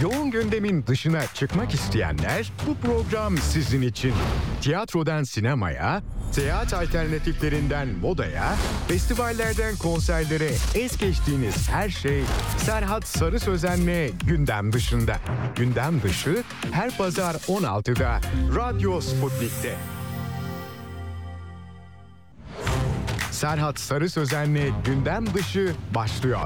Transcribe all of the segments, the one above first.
Yoğun gündemin dışına çıkmak isteyenler bu program sizin için. Tiyatrodan sinemaya, seyahat alternatiflerinden modaya, festivallerden konserlere es geçtiğiniz her şey Serhat Sarı Sözen'le gündem dışında. Gündem dışı her pazar 16'da Radyo Sputnik'te. Serhat Sarı Sözen'le gündem dışı başlıyor.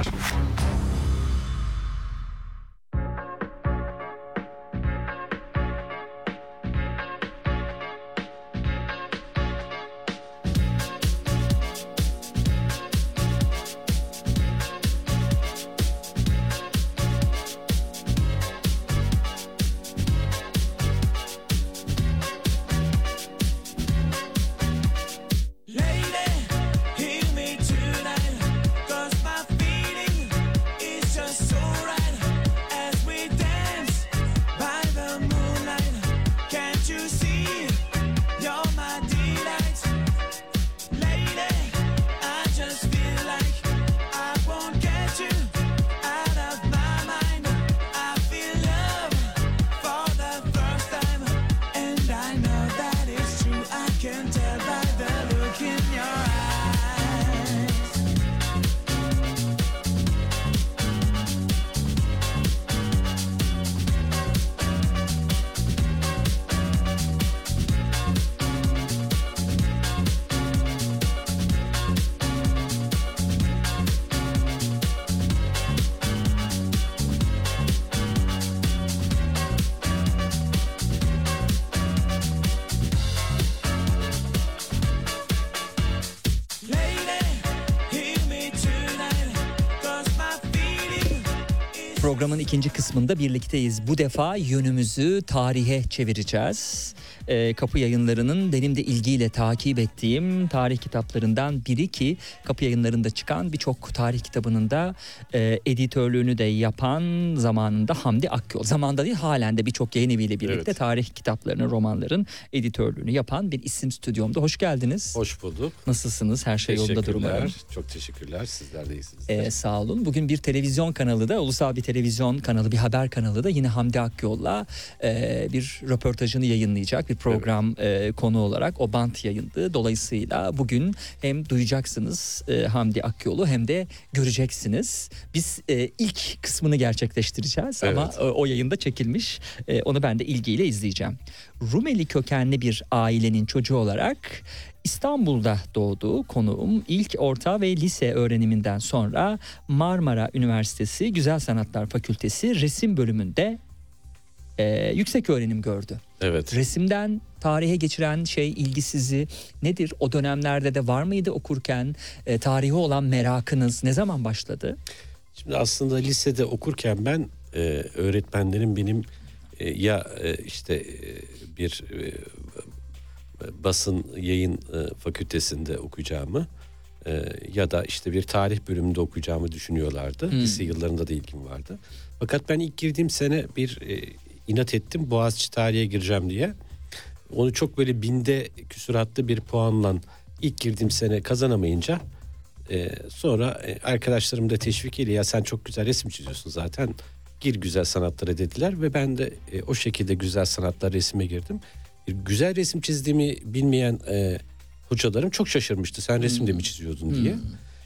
Programın ikinci kısmında birlikteyiz. Bu defa yönümüzü tarihe çevireceğiz. Kapı Yayınları'nın benim de ilgiyle takip ettiğim tarih kitaplarından biri ki Kapı Yayınları'nda çıkan birçok tarih kitabının da editörlüğünü de yapan zamanında Hamdi Akyol. Zamanda değil, halen de birçok yayın eviyle birlikte tarih kitaplarının, romanların editörlüğünü yapan bir isim stüdyomda. Hoş geldiniz. Hoş bulduk. Nasılsınız? Her şey yolundadır umarım. Çok teşekkürler. Sizler de iyisiniz. Sağ olun. Bugün bir televizyon kanalı da, ulusal bir televizyon kanalı, bir haber kanalı da yine Hamdi Akyol'la bir röportajını yayınlayacak. Bir program konu olarak o bant yayındı. Dolayısıyla bugün hem duyacaksınız Hamdi Akyol'u hem de göreceksiniz. Biz ilk kısmını gerçekleştireceğiz ama o yayında çekilmiş. Onu ben de ilgiyle izleyeceğim. Rumeli kökenli bir ailenin çocuğu olarak İstanbul'da doğdu konuğum. İlk orta ve lise öğreniminden sonra Marmara Üniversitesi Güzel Sanatlar Fakültesi resim bölümünde yüksek öğrenim gördü. Evet. Resimden tarihe geçiren ilgisizi nedir? O dönemlerde de var mıydı okurken? Tarihe olan merakınız ne zaman başladı? Şimdi aslında lisede okurken ben öğretmenlerim benim bir basın yayın fakültesinde okuyacağımı ya da işte bir tarih bölümünde okuyacağımı düşünüyorlardı. Lise yıllarında da ilgim vardı. Fakat ben ilk girdiğim sene bir inat ettim, Boğaziçi tarihe gireceğim diye. Onu çok böyle binde küsuratlı bir puanla ilk girdiğim sene kazanamayınca sonra arkadaşlarım da teşvik ile, ya sen çok güzel resim çiziyorsun zaten, gir güzel sanatlara dediler ve ben de o şekilde güzel sanatlar resime girdim. Güzel resim çizdiğimi bilmeyen hocalarım çok şaşırmıştı. Sen resim de mi çiziyordun diye.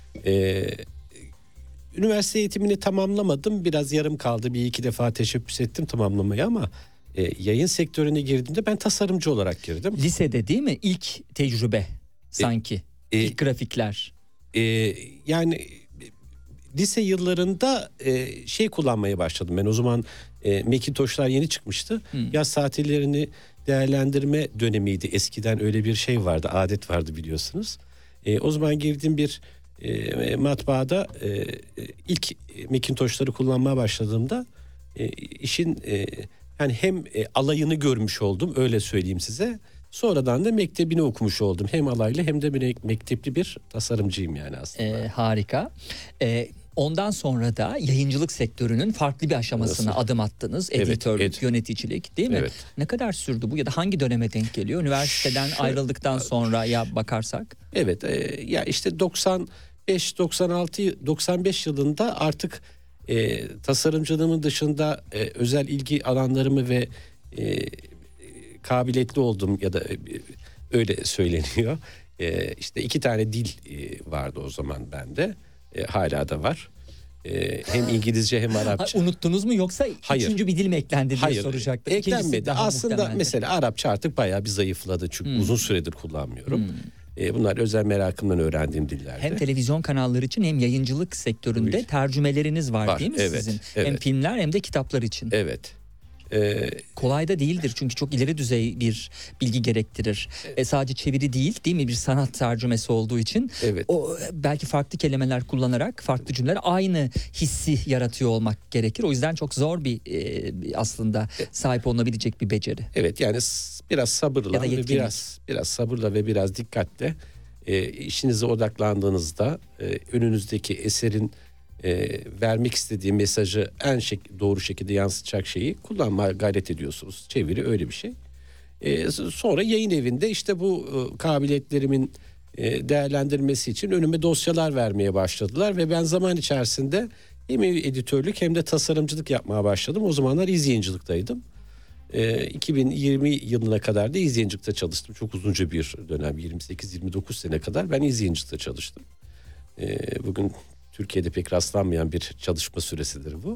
Üniversite eğitimini tamamlamadım. Biraz yarım kaldı. Bir iki defa teşebbüs ettim tamamlamaya ama yayın sektörüne girdiğimde ben tasarımcı olarak girdim. Lisede değil mi? İlk tecrübe sanki. İlk grafikler. Yani lise yıllarında kullanmaya başladım. Ben o zaman Macintosh'lar yeni çıkmıştı. Yaz tatillerini değerlendirme dönemiydi. Eskiden öyle bir şey vardı, adet vardı biliyorsunuz. O zaman girdiğim bir matbaada ilk Macintosh'ları kullanmaya başladığımda işin yani hem alayını görmüş oldum, öyle söyleyeyim size. Sonradan da mektebini okumuş oldum. Hem alaylı hem de mektepli bir tasarımcıyım yani aslında. Harika. Ondan sonra da yayıncılık sektörünün farklı bir aşamasına adım attınız. Editörlük, yöneticilik değil mi? Evet. Ne kadar sürdü bu ya da hangi döneme denk geliyor? Üniversiteden ayrıldıktan sonra ya bakarsak? Evet, ya işte 95 yılında artık Tasarımcılığımın dışında özel ilgi alanlarımı ve kabiliyetli oldum ya da öyle söyleniyor. İşte 2 tane dil vardı o zaman bende. Hala da var. Hem İngilizce hem Arapça. Unuttunuz mu yoksa Hayır. 3. bir dil mi eklendi diye soracaktım. Eklenmedi. Aslında mesela Arapça artık bayağı bir zayıfladı. Çünkü uzun süredir kullanmıyorum. Bunlar özel merakımdan öğrendiğim dillerdi. Hem televizyon kanalları için hem yayıncılık sektöründe tercümeleriniz var değil mi sizin? Evet. Hem filmler hem de kitaplar için. Evet. Kolay da değildir çünkü çok ileri düzey bir bilgi gerektirir. Sadece çeviri değil mi, bir sanat tercümesi olduğu için o belki farklı kelimeler kullanarak farklı cümleler aynı hissi yaratıyor olmak gerekir. O yüzden çok zor bir aslında sahip olunabilecek bir beceri. Evet, yani biraz sabırla ve biraz sabırla ve biraz dikkatle işinize odaklandığınızda önünüzdeki eserin vermek istediği mesajı en doğru şekilde yansıtacak şeyi kullanmaya gayret ediyorsunuz. Çeviri öyle bir şey. Sonra yayın evinde işte bu kabiliyetlerimin değerlendirmesi için önüme dosyalar vermeye başladılar ve ben zaman içerisinde hem editörlük hem de tasarımcılık yapmaya başladım. O zamanlar izleyicilikteydim. 2020 yılına kadar da izleyicilikte çalıştım. Çok uzunca bir dönem, 28-29 sene kadar ben izleyicilikte çalıştım. Bugün Türkiye'de pek rastlanmayan bir çalışma süresidir bu.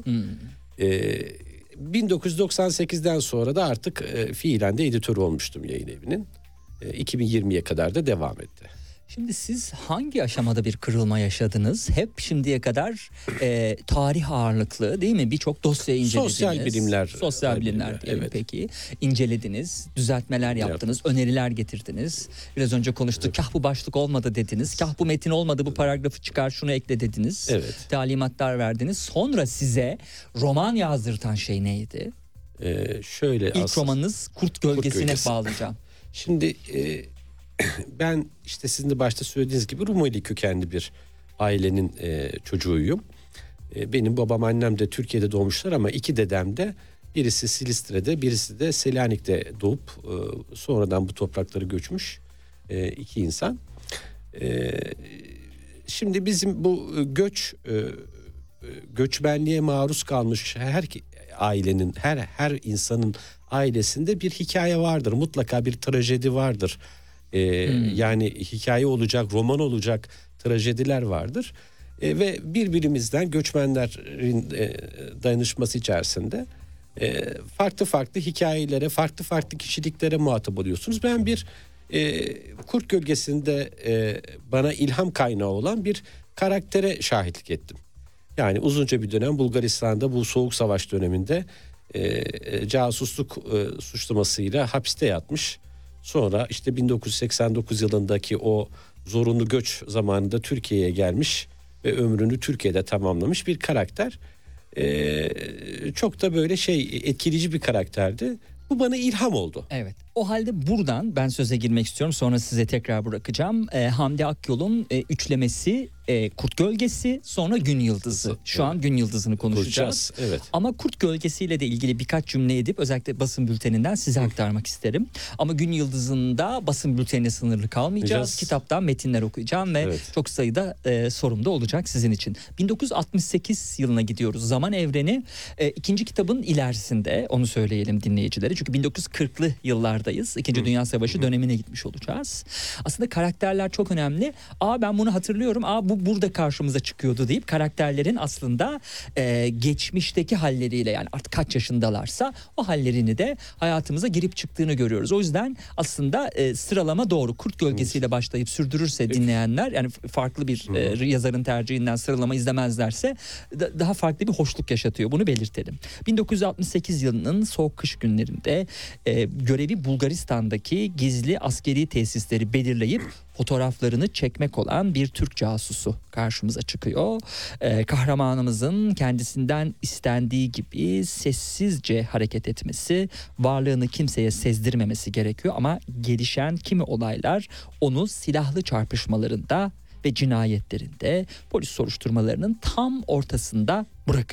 1998'den sonra da artık fiilen de editör olmuştum yayın evinin. 2020'ye kadar da devam etti. Şimdi siz hangi aşamada bir kırılma yaşadınız? Hep şimdiye kadar tarih ağırlıklı değil mi? Birçok dosya incelediniz. Sosyal bilimler diyelim, evet. Peki. İncelediniz, düzeltmeler yaptınız, öneriler getirdiniz. Biraz önce konuştuk. Kah bu başlık olmadı dediniz. Kah bu metin olmadı, bu paragrafı çıkar, şunu ekle dediniz. Evet. Talimatlar verdiniz. Sonra size roman yazdırtan şey neydi? İlk romanınız Kurt Gölgesi'ne bağlayacağım. Şimdi ben işte sizin de başta söylediğiniz gibi Rumeli kökenli bir ailenin çocuğuyum. Benim babam annem de Türkiye'de doğmuşlar ama 2 dedem de, birisi Silistre'de birisi de Selanik'te doğup sonradan bu toprakları göçmüş 2 insan. Şimdi bizim bu göçmenliğe maruz kalmış her ailenin, her insanın ailesinde bir hikaye vardır. Mutlaka bir trajedi vardır. Yani hikaye olacak, roman olacak trajediler vardır. Ve birbirimizden, göçmenlerin dayanışması içerisinde farklı hikayelere, farklı kişiliklere muhatap oluyorsunuz. Ben bir Kurt Gölgesi'nde bana ilham kaynağı olan bir karaktere şahitlik ettim. Yani uzunca bir dönem Bulgaristan'da bu Soğuk Savaş döneminde casusluk suçlamasıyla hapiste yatmış. Sonra işte 1989 yılındaki o zorunlu göç zamanında Türkiye'ye gelmiş ve ömrünü Türkiye'de tamamlamış bir karakter. Çok da böyle etkileyici bir karakterdi. Bu bana ilham oldu. Evet. O halde buradan ben söze girmek istiyorum. Sonra size tekrar bırakacağım. Hamdi Akyol'un üçlemesi Kurt Gölgesi, sonra Gün Yıldızı. Şu an Gün Yıldızı'nı konuşacağız. Evet. Ama Kurt Gölgesi'yle de ilgili birkaç cümle edip özellikle basın bülteninden size aktarmak isterim. Ama Gün Yıldızı'nda basın bültenine sınırlı kalmayacağız. Kitaptan metinler okuyacağım ve çok sayıda sorum da olacak sizin için. 1968 yılına gidiyoruz. Zaman evreni ikinci kitabın ilerisinde, onu söyleyelim dinleyicilere. Çünkü 1940'lı yıllardayız. İkinci Dünya Savaşı dönemine gitmiş olacağız. Aslında karakterler çok önemli. Ben bunu hatırlıyorum. Bu burada karşımıza çıkıyordu deyip karakterlerin aslında geçmişteki halleriyle, yani artık kaç yaşındalarsa o hallerini de hayatımıza girip çıktığını görüyoruz. O yüzden aslında sıralama doğru. Kurt Gölgesi'yle başlayıp sürdürürse dinleyenler, yani farklı bir yazarın tercihinden sıralama izlemezlerse daha farklı bir hoşluk yaşatıyor. Bunu belirtelim. 1968 yılının soğuk kış günlerinde görevi Bulgaristan'daki gizli askeri tesisleri belirleyip fotoğraflarını çekmek olan bir Türk casusu karşımıza çıkıyor. Kahramanımızın kendisinden istendiği gibi sessizce hareket etmesi, varlığını kimseye sezdirmemesi gerekiyor ama gelişen kimi olaylar onu silahlı çarpışmalarında ve cinayetlerinde, polis soruşturmalarının tam ortasında bırakıyor.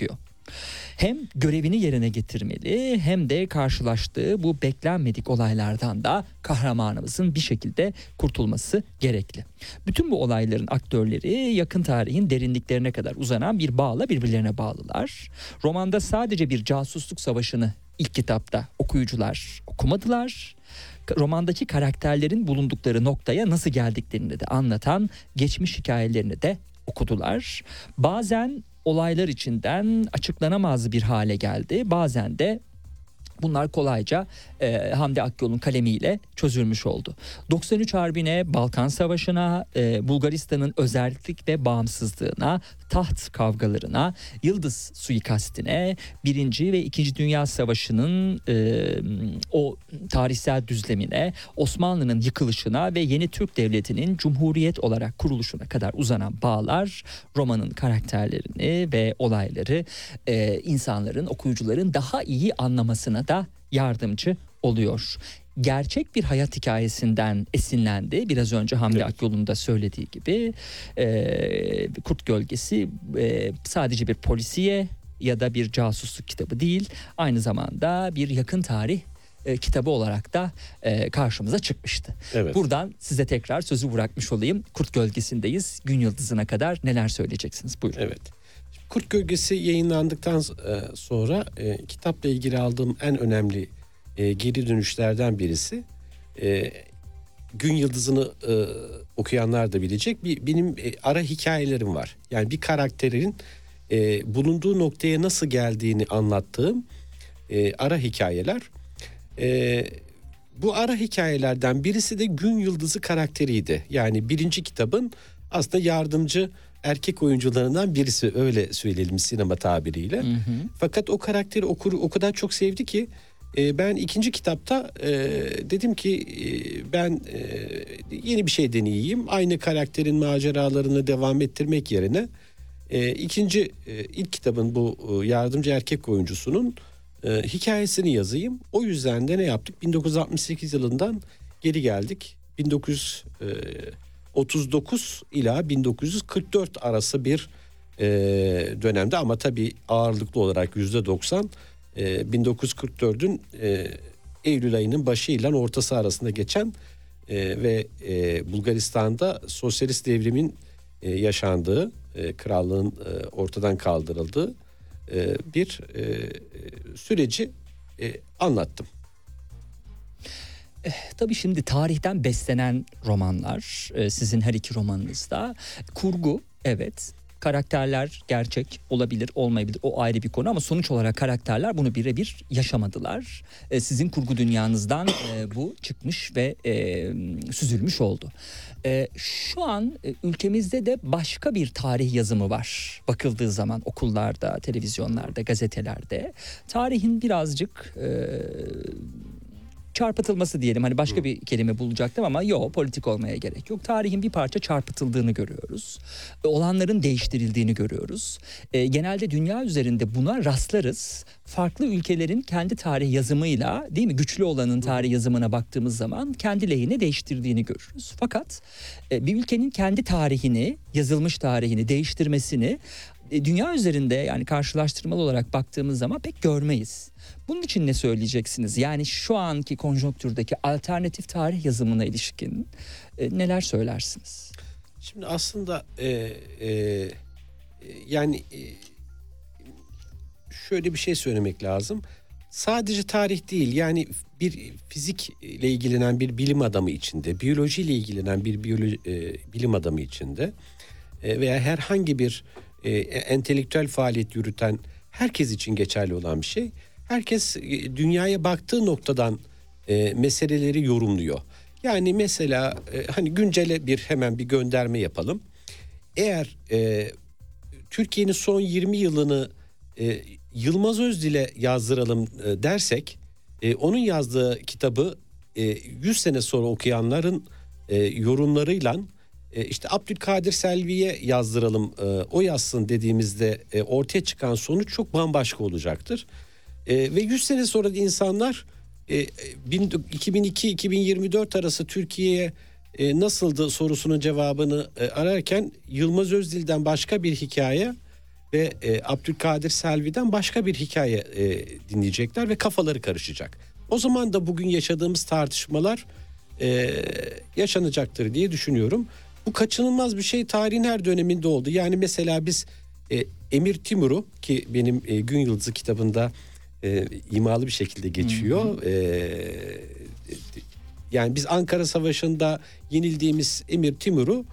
Hem görevini yerine getirmeli hem de karşılaştığı bu beklenmedik olaylardan da kahramanımızın bir şekilde kurtulması gerekli. Bütün bu olayların aktörleri yakın tarihin derinliklerine kadar uzanan bir bağla birbirlerine bağlılar. Romanda sadece bir casusluk savaşını ilk kitapta okuyucular okumadılar. Romandaki karakterlerin bulundukları noktaya nasıl geldiklerini de anlatan geçmiş hikayelerini de okudular. Bazen olaylar içinden açıklanamaz bir hale geldi. Bazen de bunlar kolayca Hamdi Akyol'un kalemiyle çözülmüş oldu. 93 Harbi'ne, Balkan Savaşı'na, Bulgaristan'ın özellik ve bağımsızlığına, taht kavgalarına, Yıldız suikastine, 1. ve 2. Dünya Savaşı'nın o tarihsel düzlemine, Osmanlı'nın yıkılışına ve yeni Türk Devleti'nin Cumhuriyet olarak kuruluşuna kadar uzanan bağlar romanın karakterlerini ve olayları insanların, okuyucuların daha iyi anlamasına da yardımcı oluyor. Gerçek bir hayat hikayesinden esinlendi. Biraz önce Hamdi Akyol'un da söylediği gibi Kurt Gölgesi sadece bir polisiye ya da bir casusluk kitabı değil, aynı zamanda bir yakın tarih kitabı olarak da karşımıza çıkmıştı. Evet. Buradan size tekrar sözü bırakmış olayım. Kurt Gölgesi'ndeyiz. Gün Yıldızı'na kadar neler söyleyeceksiniz? Buyurun. Evet. Kurt Gölgesi yayınlandıktan sonra kitapla ilgili aldığım en önemli geri dönüşlerden birisi, Gün Yıldızı'nı okuyanlar da bilecek, benim ara hikayelerim var. Yani bir karakterin bulunduğu noktaya nasıl geldiğini anlattığım ara hikayeler. Bu ara hikayelerden birisi de Gün Yıldızı karakteriydi. Yani 1. kitabın aslında yardımcı erkek oyuncularından birisi, öyle söyleyelim sinema tabiriyle. Hı hı. Fakat o karakteri o kadar çok sevdi ki ben 2. kitapta dedim ki ben yeni bir şey deneyeyim. Aynı karakterin maceralarını devam ettirmek yerine ilk kitabın bu yardımcı erkek oyuncusunun hikayesini yazayım. O yüzden de ne yaptık? 1968 yılından geri geldik. 1939 ila 1944 arası bir dönemde, ama tabii ağırlıklı olarak %90 1944'ün Eylül ayının başı ile ortası arasında geçen ve Bulgaristan'da sosyalist devrimin yaşandığı, krallığın ortadan kaldırıldığı bir süreci anlattım. Tabii şimdi tarihten beslenen romanlar, sizin her iki romanınızda kurgu, evet, karakterler gerçek olabilir, olmayabilir, o ayrı bir konu, ama sonuç olarak karakterler bunu birebir yaşamadılar. Sizin kurgu dünyanızdan bu çıkmış ve süzülmüş oldu. Şu an ülkemizde de başka bir tarih yazımı var. Bakıldığı zaman okullarda, televizyonlarda, gazetelerde tarihin birazcık çarpıtılması diyelim. Hani başka bir kelime bulacaktım ama yok, politik olmaya gerek yok. Tarihin bir parça çarpıtıldığını görüyoruz. Olanların değiştirildiğini görüyoruz. Genelde dünya üzerinde buna rastlarız. Farklı ülkelerin kendi tarih yazımıyla, değil mi, güçlü olanın tarih yazımına baktığımız zaman kendi lehine değiştirdiğini görürüz. Fakat bir ülkenin kendi tarihini, yazılmış tarihini değiştirmesini dünya üzerinde, yani karşılaştırmalı olarak baktığımız zaman pek görmeyiz. Bunun için ne söyleyeceksiniz? Yani şu anki konjonktürdeki alternatif tarih yazımına ilişkin neler söylersiniz? Şimdi aslında şöyle bir şey söylemek lazım. Sadece tarih değil, yani bir fizikle ilgilenen bir bilim adamı içinde, biyolojiyle ilgilenen bir bilim adamı içinde veya herhangi bir entelektüel faaliyet yürüten herkes için geçerli olan bir şey. Herkes dünyaya baktığı noktadan meseleleri yorumluyor. Yani mesela hani güncele hemen bir gönderme yapalım. Eğer Türkiye'nin son 20 yılını Yılmaz Özdil'e yazdıralım dersek, onun yazdığı kitabı 100 sene sonra okuyanların yorumlarıyla işte Abdülkadir Selvi'ye yazdıralım, o yazsın dediğimizde ortaya çıkan sonuç çok bambaşka olacaktır. Ve 100 sene sonra da insanlar 2002-2024 arası Türkiye'ye nasıldı sorusunun cevabını ararken Yılmaz Özdil'den başka bir hikaye ve Abdülkadir Selvi'den başka bir hikaye dinleyecekler ve kafaları karışacak. O zaman da bugün yaşadığımız tartışmalar yaşanacaktır diye düşünüyorum. Bu kaçınılmaz bir şey, tarihin her döneminde oldu. Yani mesela biz Emir Timur'u, ki benim Gün Yıldızı kitabında imalı bir şekilde geçiyor. Yani biz Ankara Savaşı'nda yenildiğimiz Emir Timur'u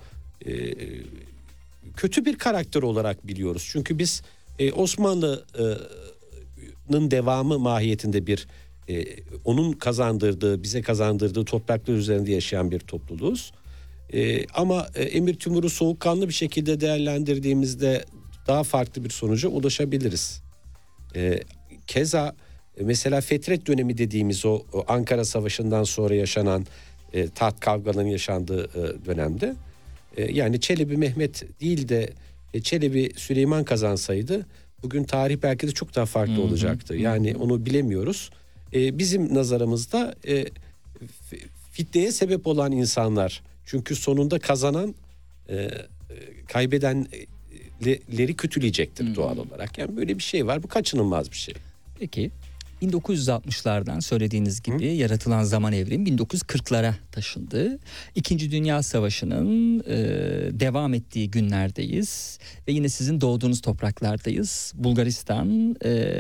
kötü bir karakter olarak biliyoruz. Çünkü biz Osmanlı'nın devamı mahiyetinde bir onun bize kazandırdığı topraklar üzerinde yaşayan bir topluluğuz. Ama Emir Timur'u soğukkanlı bir şekilde değerlendirdiğimizde daha farklı bir sonuca ulaşabiliriz. Keza mesela Fetret dönemi dediğimiz o Ankara Savaşı'ndan sonra yaşanan taht kavgalarının yaşandığı dönemde yani Çelebi Mehmet değil de Çelebi Süleyman kazansaydı bugün tarih belki de çok daha farklı olacaktı. Yani onu bilemiyoruz. Bizim nazarımızda fitneye sebep olan insanlar, çünkü sonunda kazanan kaybedenleri kötüleyecektir doğal olarak. Yani böyle bir şey var. Bu kaçınılmaz bir şey. Peki 1960'lardan söylediğiniz gibi yaratılan zaman evrimi 1940'lara taşındı. İkinci Dünya Savaşı'nın devam ettiği günlerdeyiz ve yine sizin doğduğunuz topraklardayız. Bulgaristan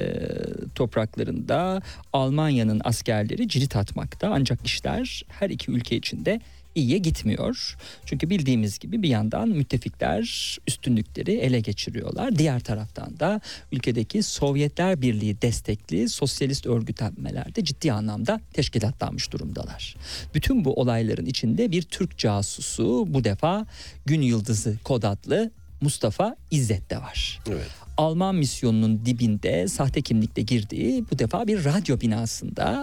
topraklarında Almanya'nın askerleri cirit atmakta, ancak işler her iki ülke içinde iyiye gitmiyor. Çünkü bildiğimiz gibi bir yandan müttefikler üstünlükleri ele geçiriyorlar. Diğer taraftan da ülkedeki Sovyetler Birliği destekli sosyalist örgütlenmeler de ciddi anlamda teşkilatlanmış durumdalar. Bütün bu olayların içinde bir Türk casusu, bu defa Gün Yıldızı kod adlı Mustafa İzzet de var. Evet. Alman misyonunun dibinde sahte kimlikle girdiği bu defa bir radyo binasında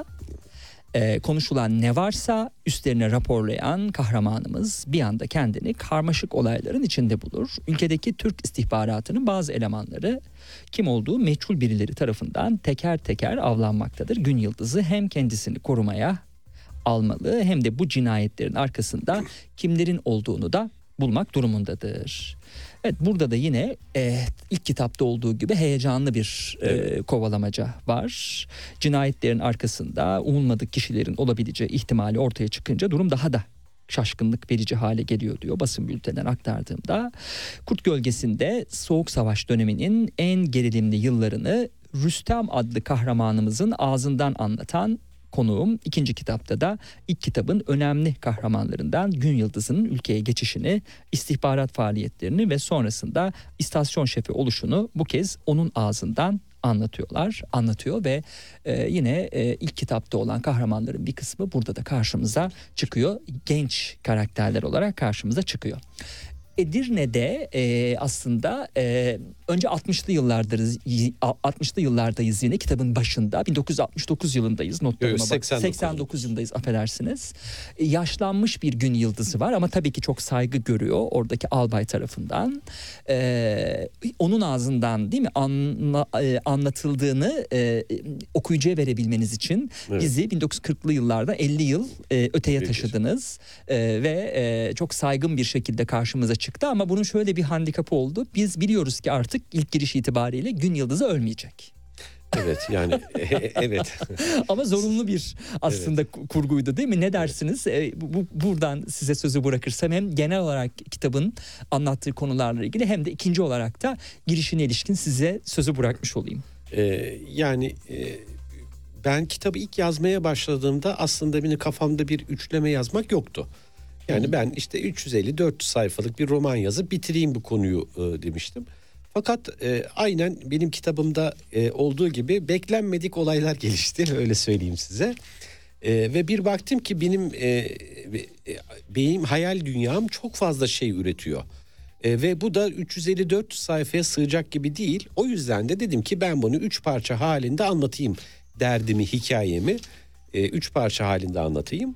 konuşulan ne varsa üstlerine raporlayan kahramanımız bir anda kendini karmaşık olayların içinde bulur. Ülkedeki Türk istihbaratının bazı elemanları kim olduğu meçhul birileri tarafından teker teker avlanmaktadır. Gün Yıldızı hem kendisini korumaya almalı hem de bu cinayetlerin arkasında kimlerin olduğunu da bulmak durumundadır. Evet, burada da yine ilk kitapta olduğu gibi heyecanlı bir kovalamaca var. Cinayetlerin arkasında umulmadık kişilerin olabileceği ihtimali ortaya çıkınca durum daha da şaşkınlık verici hale geliyor diyor basın bülteninden aktardığımda. Kurt Gölgesi'nde Soğuk Savaş döneminin en gerilimli yıllarını Rüstem adlı kahramanımızın ağzından anlatan konuğum ikinci kitapta da ilk kitabın önemli kahramanlarından Gün Yıldızı'nın ülkeye geçişini, istihbarat faaliyetlerini ve sonrasında istasyon şefi oluşunu bu kez onun ağzından anlatıyor ve yine ilk kitapta olan kahramanların bir kısmı burada da karşımıza çıkıyor. Genç karakterler olarak karşımıza çıkıyor. Edirne'de aslında önce 60'lı yıllardayız yine kitabın başında. 1969 yılındayız, notlarıma bak. 89 yılındayız, affedersiniz. Yaşlanmış bir Gün Yıldızı var ama tabii ki çok saygı görüyor oradaki albay tarafından. Onun ağzından değil mi anlatıldığını okuyucuya verebilmeniz için bizi 1940'lı yıllarda 50 yıl öteye taşıdınız ve çok saygın bir şekilde karşımıza çıktı ama bunun şöyle bir handikapı oldu. Biz biliyoruz ki artık ilk giriş itibariyle Gün Yıldızı ölmeyecek. Evet yani evet. Ama zorunlu bir aslında kurguydu değil mi? Ne dersiniz? Buradan size sözü bırakırsam hem genel olarak kitabın anlattığı konularla ilgili hem de ikinci olarak da girişine ilişkin size sözü bırakmış olayım. Ben kitabı ilk yazmaya başladığımda aslında benim kafamda bir üçleme yazmak yoktu. Yani ben işte 350-400 sayfalık bir roman yazıp bitireyim bu konuyu demiştim. Fakat aynen benim kitabımda olduğu gibi beklenmedik olaylar gelişti, öyle söyleyeyim size. Ve bir baktım ki benim hayal dünyam çok fazla şey üretiyor. Ve bu da 350-400 sayfaya sığacak gibi değil. O yüzden de dedim ki ben bunu 3 parça halinde anlatayım. Derdimi, hikayemi 3 parça halinde anlatayım.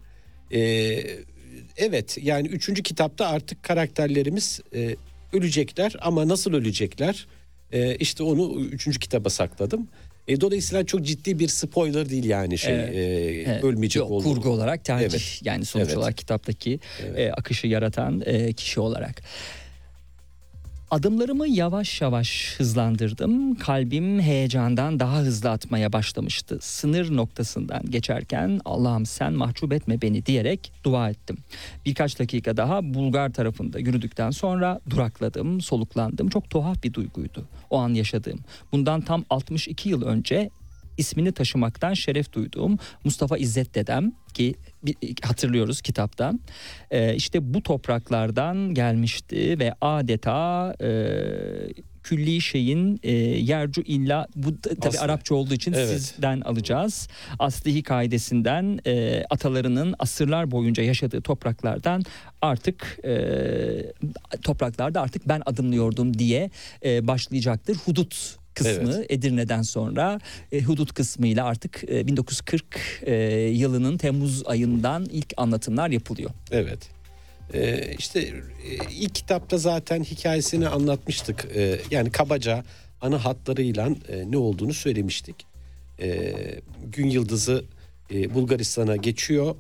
Evet, yani 3. kitapta artık karakterlerimiz ölecekler ama nasıl ölecekler? İşte onu 3. kitaba sakladım. Dolayısıyla çok ciddi bir spoiler değil yani ölmeyecek olduğu. Kurgu olarak tercih yani sonuç olarak kitaptaki akışı yaratan kişi olarak. Adımlarımı yavaş yavaş hızlandırdım. Kalbim heyecandan daha hızlı atmaya başlamıştı. Sınır noktasından geçerken Allah'ım sen mahcup etme beni diyerek dua ettim. Birkaç dakika daha Bulgar tarafında yürüdükten sonra durakladım, soluklandım. Çok tuhaf bir duyguydu o an yaşadığım. Bundan tam 62 yıl önce ismini taşımaktan şeref duyduğum Mustafa İzzet dedem ki hatırlıyoruz kitaptan işte bu topraklardan gelmişti ve adeta külli şeyin yercu illa bu tabi Arapça olduğu için sizden alacağız. Aslihi kaidesinden atalarının asırlar boyunca yaşadığı topraklardan artık topraklarda artık ben adımlıyordum diye başlayacaktır. Hudut kısmı Edirne'den sonra hudut kısmıyla artık 1940 yılının Temmuz ayından ilk anlatımlar yapılıyor. Evet. İşte ilk kitapta zaten hikayesini anlatmıştık. Yani kabaca ana hatlarıyla ne olduğunu söylemiştik. Gün Yıldızı Bulgaristan'a geçiyor.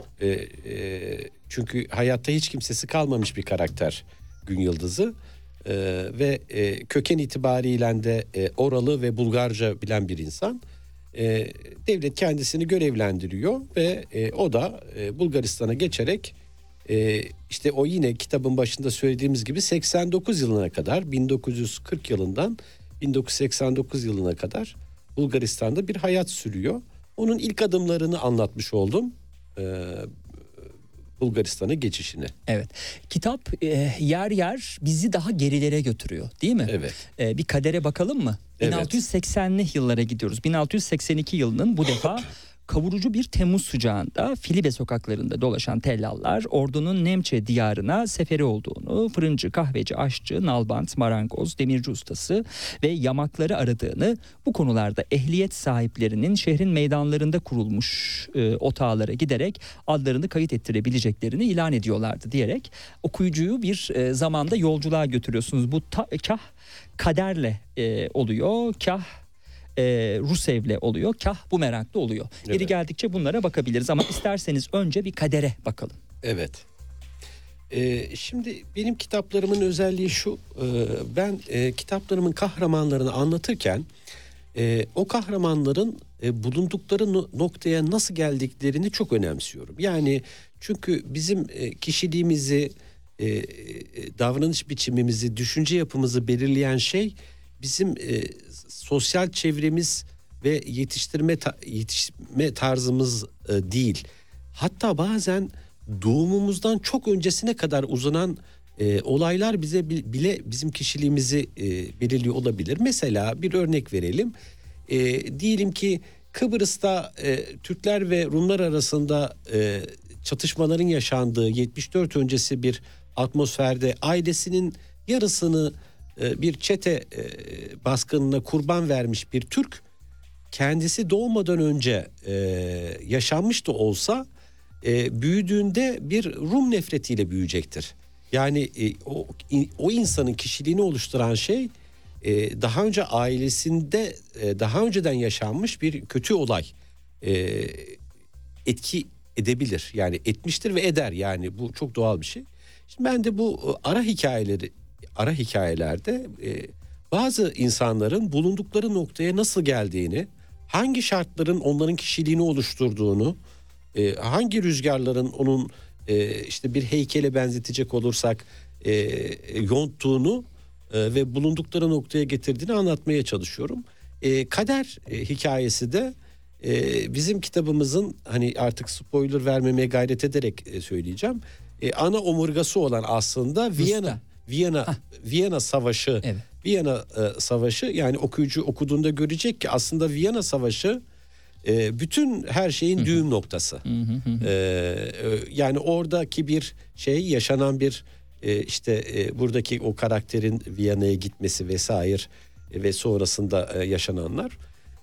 Çünkü hayatta hiç kimsesi kalmamış bir karakter Gün Yıldızı. Ve köken itibariyle de oralı ve Bulgarca bilen bir insan. Devlet kendisini görevlendiriyor ve o da Bulgaristan'a geçerek işte o yine kitabın başında söylediğimiz gibi 89 yılına kadar 1940 yılından 1989 yılına kadar Bulgaristan'da bir hayat sürüyor. Onun ilk adımlarını anlatmış oldum. Bulgaristan'a geçişini. Evet. Kitap yer yer bizi daha gerilere götürüyor, değil mi? Evet. Bir kadere bakalım mı? Evet. 1680'li yıllara gidiyoruz. 1682 yılının bu defa kavurucu bir Temmuz sıcağında Filibe sokaklarında dolaşan tellallar ordunun Nemçe diyarına seferi olduğunu, fırıncı, kahveci, aşçı, nalbant, marangoz, demirci ustası ve yamakları aradığını, bu konularda ehliyet sahiplerinin şehrin meydanlarında kurulmuş otağlara giderek adlarını kayıt ettirebileceklerini ilan ediyorlardı diyerek okuyucuyu bir zamanda yolculuğa götürüyorsunuz. Bu kah kaderle oluyor, kah Rusev'le oluyor, kah bumerang'le oluyor. Evet. Yeri geldikçe bunlara bakabiliriz ama isterseniz önce bir kadere bakalım. Evet. Şimdi benim kitaplarımın özelliği şu, ben kitaplarımın kahramanlarını anlatırken o kahramanların bulundukları noktaya nasıl geldiklerini çok önemsiyorum. Yani çünkü bizim kişiliğimizi, davranış biçimimizi, düşünce yapımızı belirleyen şey bizim sosyal çevremiz ve yetişme tarzımız değil. Hatta bazen doğumumuzdan çok öncesine kadar uzanan olaylar bize bile bizim kişiliğimizi belirliyor olabilir. Mesela bir örnek verelim. Diyelim ki Kıbrıs'ta Türkler ve Rumlar arasında çatışmaların yaşandığı 74 öncesi bir atmosferde ailesinin yarısını bir çete baskınına kurban vermiş bir Türk, kendisi doğmadan önce yaşanmış da olsa büyüdüğünde bir Rum nefretiyle büyüyecektir. Yani o insanın kişiliğini oluşturan şey daha önce ailesinde daha önceden yaşanmış bir kötü olay etki edebilir. Yani etmiştir ve eder, yani bu çok doğal bir şey. Şimdi ben de bu ara hikayelerde bazı insanların bulundukları noktaya nasıl geldiğini, hangi şartların onların kişiliğini oluşturduğunu, hangi rüzgarların onun işte bir heykele benzetecek olursak yonttuğunu ve bulundukları noktaya getirdiğini anlatmaya çalışıyorum. Kader hikayesi de bizim kitabımızın, hani artık spoiler vermemeye gayret ederek söyleyeceğim, ana omurgası olan aslında Viyana Savaşı. Evet. Viyana Savaşı, yani okuyucu okuduğunda görecek ki aslında Viyana Savaşı bütün her şeyin düğüm noktası. Yani oradaki bir şey, yaşanan bir işte buradaki o karakterin Viyana'ya gitmesi vesaire ve sonrasında yaşananlar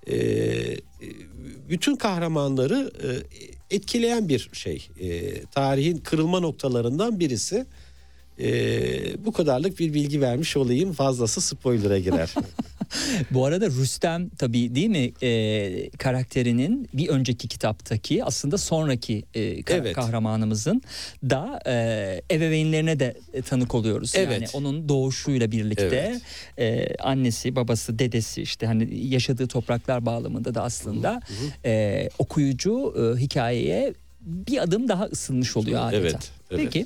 bütün kahramanları etkileyen bir şey. Tarihin kırılma noktalarından birisi. Bu kadarlık bir bilgi vermiş olayım, fazlası spoiler'a girer. Bu arada Rüstem tabii değil mi karakterinin bir önceki kitaptaki aslında sonraki Evet. kahramanımızın da ebeveynlerine de tanık oluyoruz. Evet. Yani onun doğuşuyla birlikte annesi, babası, dedesi işte hani yaşadığı topraklar bağlamında da aslında okuyucu hikayeye bir adım daha ısınmış oluyor adeta. Evet, evet. Peki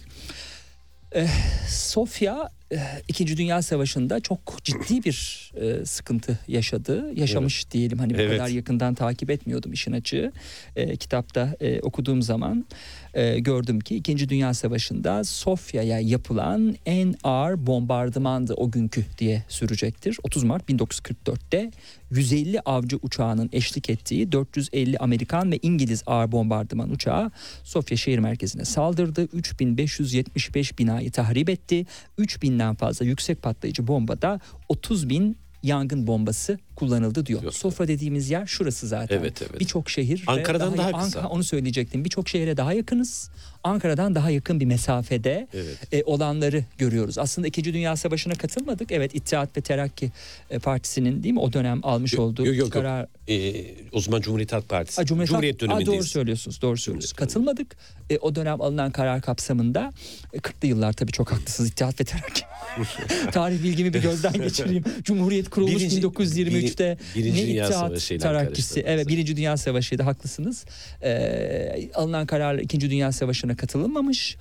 Sofya İkinci Dünya Savaşı'nda çok ciddi bir sıkıntı yaşamış diyelim. Hani bu kadar yakından takip etmiyordum işin açığı. Kitapta okuduğum zaman gördüm ki İkinci Dünya Savaşı'nda Sofya'ya yapılan en ağır bombardımandı o günkü diye sürecektir. 30 Mart 1944'te 150 avcı uçağının eşlik ettiği 450 Amerikan ve İngiliz ağır bombardıman uçağı Sofya şehir merkezine saldırdı. 3575 binayı tahrip etti. 3000'den fazla yüksek patlayıcı bombada 30.000 yangın bombası kullanıldı diyor. Sofra dediğimiz yer şurası zaten. Evet. Birçok şehir Ankara'dan daha kısa. Onu söyleyecektim. Birçok şehre daha yakınız. Ankara'dan daha yakın bir mesafede olanları görüyoruz. Aslında 2. Dünya Savaşı'na katılmadık. Evet, İttihat ve Terakki Partisi'nin değil mi o dönem almış olduğu karar. O zaman Cumhuriyet Halk Partisi. Cumhuriyet dönemindeyiz. Doğru söylüyorsunuz. Katılmadık. O dönem alınan karar kapsamında 40'lı yıllar tabii çok haklısınız. İttihat ve Terakki. Tarih bilgimi bir gözden geçireyim. Cumhuriyet kurulmuş 1923'te. Birinci Dünya İttihat Savaşı'yla Terakkisi. Evet, Birinci Dünya Savaşı'ydı, haklısınız. Alınan kararla 2. Dünya Savaşı'na katılınmamış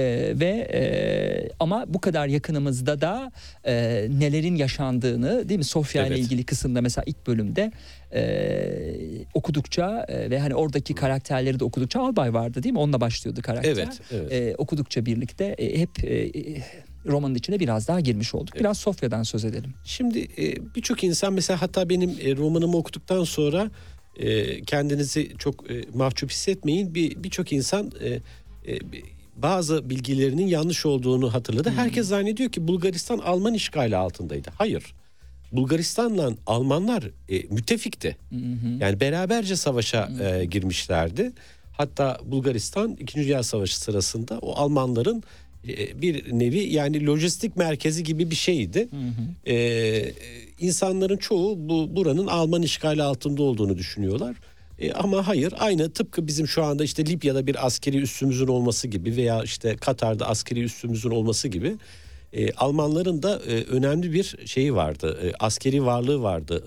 ama bu kadar yakınımızda da nelerin yaşandığını değil mi Sofya ile ilgili kısımda mesela ilk bölümde okudukça ve hani oradaki karakterleri de okudukça Albay vardı değil mi? Onunla başlıyordu karakter. Evet. Okudukça birlikte hep romanın içine biraz daha girmiş olduk. Biraz Sofya'dan söz edelim. Şimdi birçok insan mesela hatta benim romanımı okuduktan sonra kendinizi çok mahcup hissetmeyin. Birçok insan bazı bilgilerinin yanlış olduğunu hatırladı. Herkes zannediyor ki Bulgaristan Alman işgali altındaydı. Hayır. Bulgaristan'la Almanlar müttefikti. Yani beraberce savaşa girmişlerdi. Hatta Bulgaristan 2. Dünya Savaşı sırasında o Almanların bir nevi yani lojistik merkezi gibi bir şeydi. İnsanların çoğu buranın Alman işgali altında olduğunu düşünüyorlar. Ama hayır, aynı tıpkı bizim şu anda işte Libya'da bir askeri üssümüzün olması gibi veya işte Katar'da askeri üssümüzün olması gibi Almanların da önemli bir şeyi vardı. Askeri varlığı vardı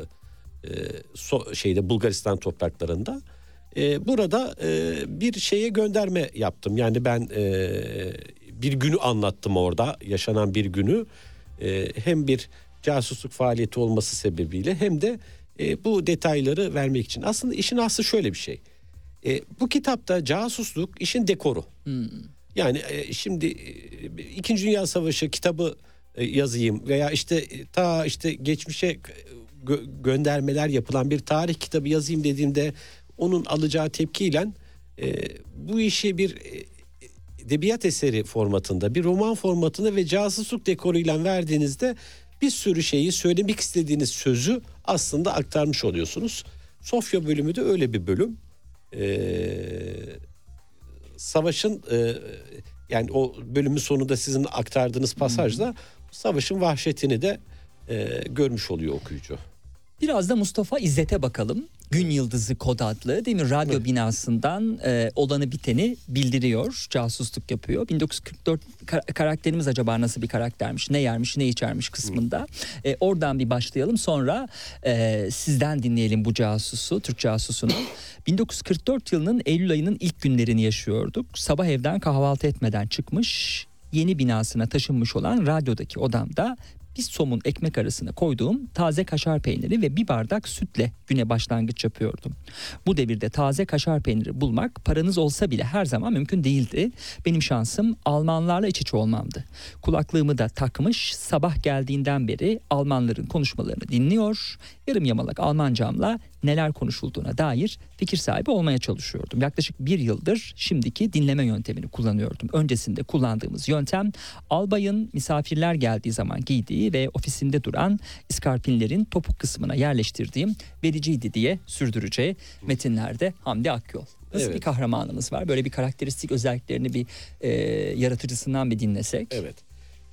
Bulgaristan topraklarında. Burada bir şeye gönderme yaptım. Yani ben bir günü anlattım orada, yaşanan bir günü. Hem bir casusluk faaliyeti olması sebebiyle hem de bu detayları vermek için. Aslında işin aslı şöyle bir şey. Bu kitapta casusluk işin dekoru. Yani şimdi 2. Dünya Savaşı kitabı yazayım veya işte geçmişe göndermeler yapılan bir tarih kitabı yazayım dediğimde onun alacağı tepkiyle bu işi bir edebiyat eseri formatında, bir roman formatında ve casusluk dekoruyla verdiğinizde bir sürü şeyi, söylemek istediğiniz sözü aslında aktarmış oluyorsunuz. Sofya bölümü de öyle bir bölüm. Savaşın yani o bölümün sonunda sizin aktardığınız pasajda savaşın vahşetini de görmüş oluyor okuyucu. Biraz da Mustafa İzzet'e bakalım. Gün Yıldızı kod adlı değil mi? Radyo binasından olanı biteni bildiriyor. Casusluk yapıyor. 1944 karakterimiz acaba nasıl bir karaktermiş? Ne yermiş, ne içermiş kısmında. Oradan bir başlayalım. Sonra sizden dinleyelim bu casusu, Türk casusunu. 1944 yılının Eylül ayının ilk günlerini yaşıyorduk. Sabah evden kahvaltı etmeden çıkmış, yeni binasına taşınmış olan radyodaki odamda bir somun ekmek arasına koyduğum taze kaşar peyniri ve bir bardak sütle güne başlangıç yapıyordum. Bu devirde taze kaşar peyniri bulmak paranız olsa bile her zaman mümkün değildi. Benim şansım Almanlarla iç içe olmamdı. Kulaklığımı da takmış, sabah geldiğinden beri Almanların konuşmalarını dinliyor, yarım yamalak Almancamla neler konuşulduğuna dair fikir sahibi olmaya çalışıyordum. Yaklaşık 1 yıldır şimdiki dinleme yöntemini kullanıyordum. Öncesinde kullandığımız yöntem albayın misafirler geldiği zaman giydiği ve ofisinde duran iskarpinlerin topuk kısmına yerleştirdiğim vericiydi diye sürdüreceği metinlerde Hamdi Akyol. Nasıl bir kahramanımız var? Böyle bir karakteristik özelliklerini bir yaratıcısından bir dinlesek. Evet.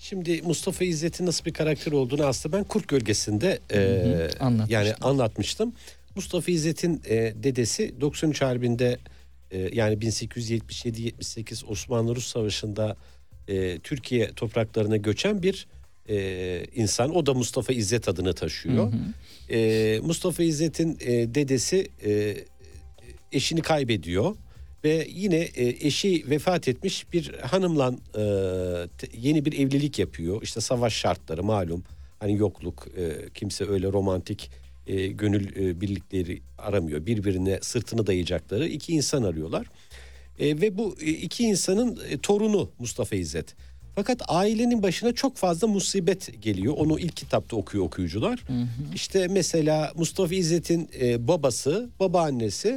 Şimdi Mustafa İzzet'in nasıl bir karakter olduğunu aslında ben Kurt Gölgesi'nde yani anlatmıştım. Mustafa İzzet'in dedesi 93 Harbi'nde yani 1877-78 Osmanlı-Rus Savaşı'nda Türkiye topraklarına göçen bir insan. O da Mustafa İzzet adını taşıyor. Mustafa İzzet'in dedesi eşini kaybediyor. Ve yine eşi vefat etmiş bir hanımla yeni bir evlilik yapıyor. İşte savaş şartları malum. Hani yokluk, kimse öyle romantik gönül birlikleri aramıyor. Birbirine sırtını dayayacakları iki insan arıyorlar. Ve bu iki insanın torunu Mustafa İzzet. Fakat ailenin başına çok fazla musibet geliyor. Onu ilk kitapta okuyor okuyucular. İşte mesela Mustafa İzzet'in babası, babaannesi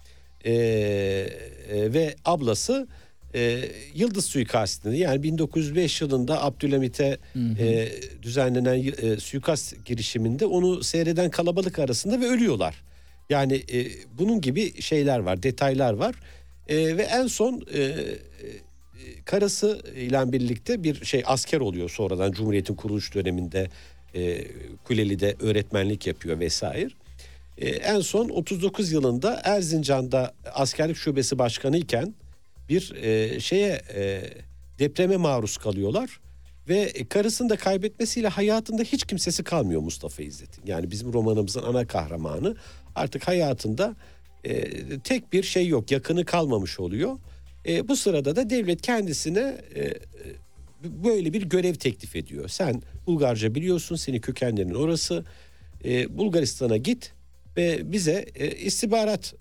ve ablası Yıldız suikastini, yani 1905 yılında Abdülhamit'e düzenlenen suikast girişiminde onu seyreden kalabalık arasında ve ölüyorlar. Yani bunun gibi şeyler var, detaylar var. Ve en son karısı ile birlikte bir asker oluyor sonradan, Cumhuriyet'in kuruluş döneminde Kuleli'de öğretmenlik yapıyor vesaire. En son 39 yılında Erzincan'da askerlik şubesi başkanı iken bir depreme maruz kalıyorlar ve karısını da kaybetmesiyle hayatında hiç kimsesi kalmıyor Mustafa İzzet'in. Yani bizim romanımızın ana kahramanı artık hayatında tek bir şey yok, yakını kalmamış oluyor. Bu sırada da devlet kendisine böyle bir görev teklif ediyor. Sen Bulgarca biliyorsun, senin kökenlerin orası, Bulgaristan'a git ve bize istihbarat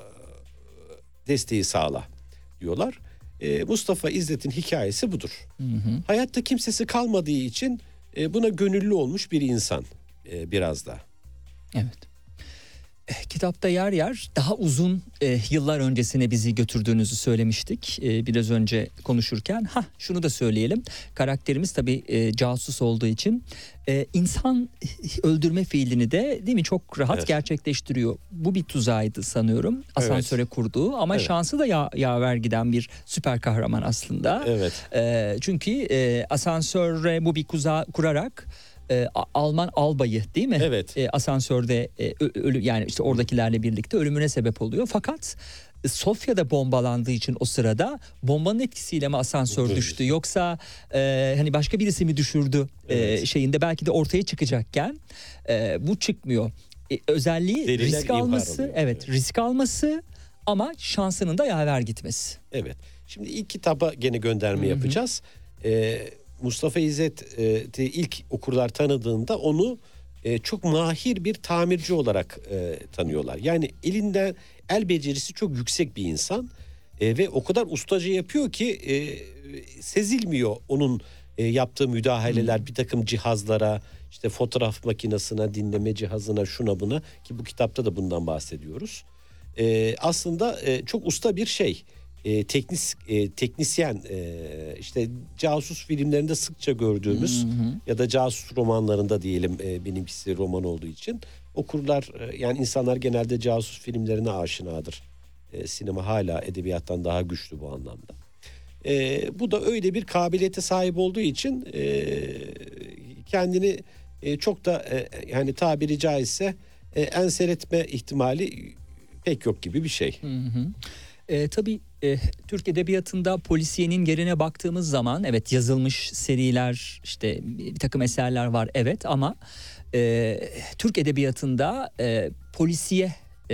desteği sağla diyorlar. Mustafa İzzet'in hikayesi budur. Hayatta kimsesi kalmadığı için buna gönüllü olmuş bir insan biraz da. Evet. Kitapta yer yer daha uzun yıllar öncesine bizi götürdüğünüzü söylemiştik biraz önce konuşurken. Şunu da söyleyelim. Karakterimiz tabii casus olduğu için insan öldürme fiilini de, değil mi, çok rahat gerçekleştiriyor. Bu bir tuzağıydı sanıyorum. Asansöre kurduğu ama şansı da yaver giden bir süper kahraman aslında. Çünkü asansöre bu bir tuzağı kurarak Alman albayı, değil mi? Asansörde yani işte oradakilerle birlikte ölümüne sebep oluyor. Fakat Sofya'da bombalandığı için o sırada bombanın etkisiyle mi asansör düştü, yoksa hani başka birisi mi düşürdü şeyinde belki de ortaya çıkacakken bu çıkmıyor. Özelliği deriler risk alması, risk alması ama şansının da yaver gitmesi. Şimdi ilk kitaba gene gönderme yapacağız. Mustafa İzzet'i ilk okurlar tanıdığında onu çok mahir bir tamirci olarak tanıyorlar. Yani elinden el becerisi çok yüksek bir insan ve o kadar ustaca yapıyor ki sezilmiyor onun yaptığı müdahaleler bir takım cihazlara, işte fotoğraf makinesine, dinleme cihazına, şuna buna, ki bu kitapta da bundan bahsediyoruz. Aslında çok usta bir teknisyen, işte casus filmlerinde sıkça gördüğümüz ya da casus romanlarında diyelim, benimkisi roman olduğu için okurlar, yani insanlar genelde casus filmlerine aşinadır. Sinema hala edebiyattan daha güçlü bu anlamda. Bu da öyle bir kabiliyete sahip olduğu için kendini çok da yani tabiri caizse enseletme ihtimali pek yok gibi bir şey. Tabii Türk Edebiyatı'nda polisiyenin yerine baktığımız zaman yazılmış seriler, işte bir takım eserler var ama Türk Edebiyatı'nda polisiye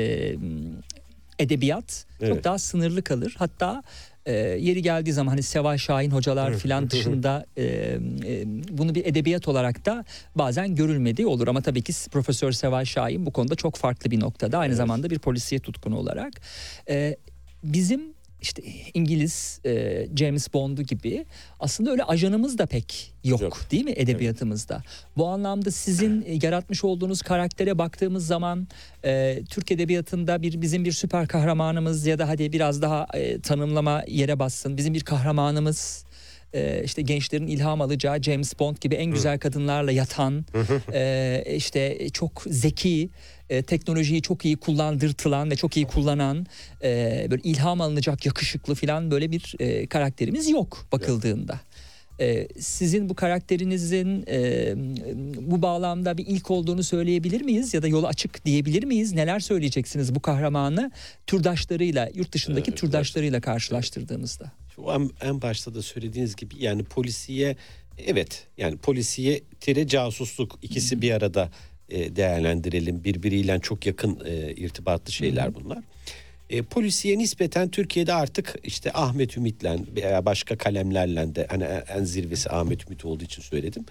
edebiyat çok daha sınırlı kalır. Hatta yeri geldiği zaman hani Seval Şahin hocalar filan dışında bunu bir edebiyat olarak da bazen görülmediği olur. Ama tabii ki Profesör Seval Şahin bu konuda çok farklı bir noktada. Aynı zamanda bir polisiye tutkunu olarak. Bizim işte İngiliz James Bond'u gibi aslında öyle ajanımız da pek yok. Değil mi edebiyatımızda? Bu anlamda sizin yaratmış olduğunuz karaktere baktığımız zaman Türk edebiyatında bizim bir süper kahramanımız ya da hadi biraz daha tanımlama yere bassın, bizim bir kahramanımız, işte gençlerin ilham alacağı James Bond gibi en güzel kadınlarla yatan, işte çok zeki, teknolojiyi çok iyi kullandırtılan ve çok iyi kullanan, böyle ilham alınacak yakışıklı falan böyle bir karakterimiz yok bakıldığında. Sizin bu karakterinizin bu bağlamda bir ilk olduğunu söyleyebilir miyiz? Ya da yolu açık diyebilir miyiz? Neler söyleyeceksiniz bu kahramanı türdaşlarıyla, yurt dışındaki türdaşlarıyla karşılaştırdığınızda? En başta da söylediğiniz gibi yani polisiye, evet yani polisiye casusluk ikisi bir arada değerlendirelim. Birbiriyle çok yakın irtibatlı şeyler bunlar. Polisiye nispeten Türkiye'de artık işte Ahmet Ümit'le veya başka kalemlerle de hani en zirvesi Ahmet Ümit olduğu için söyledim.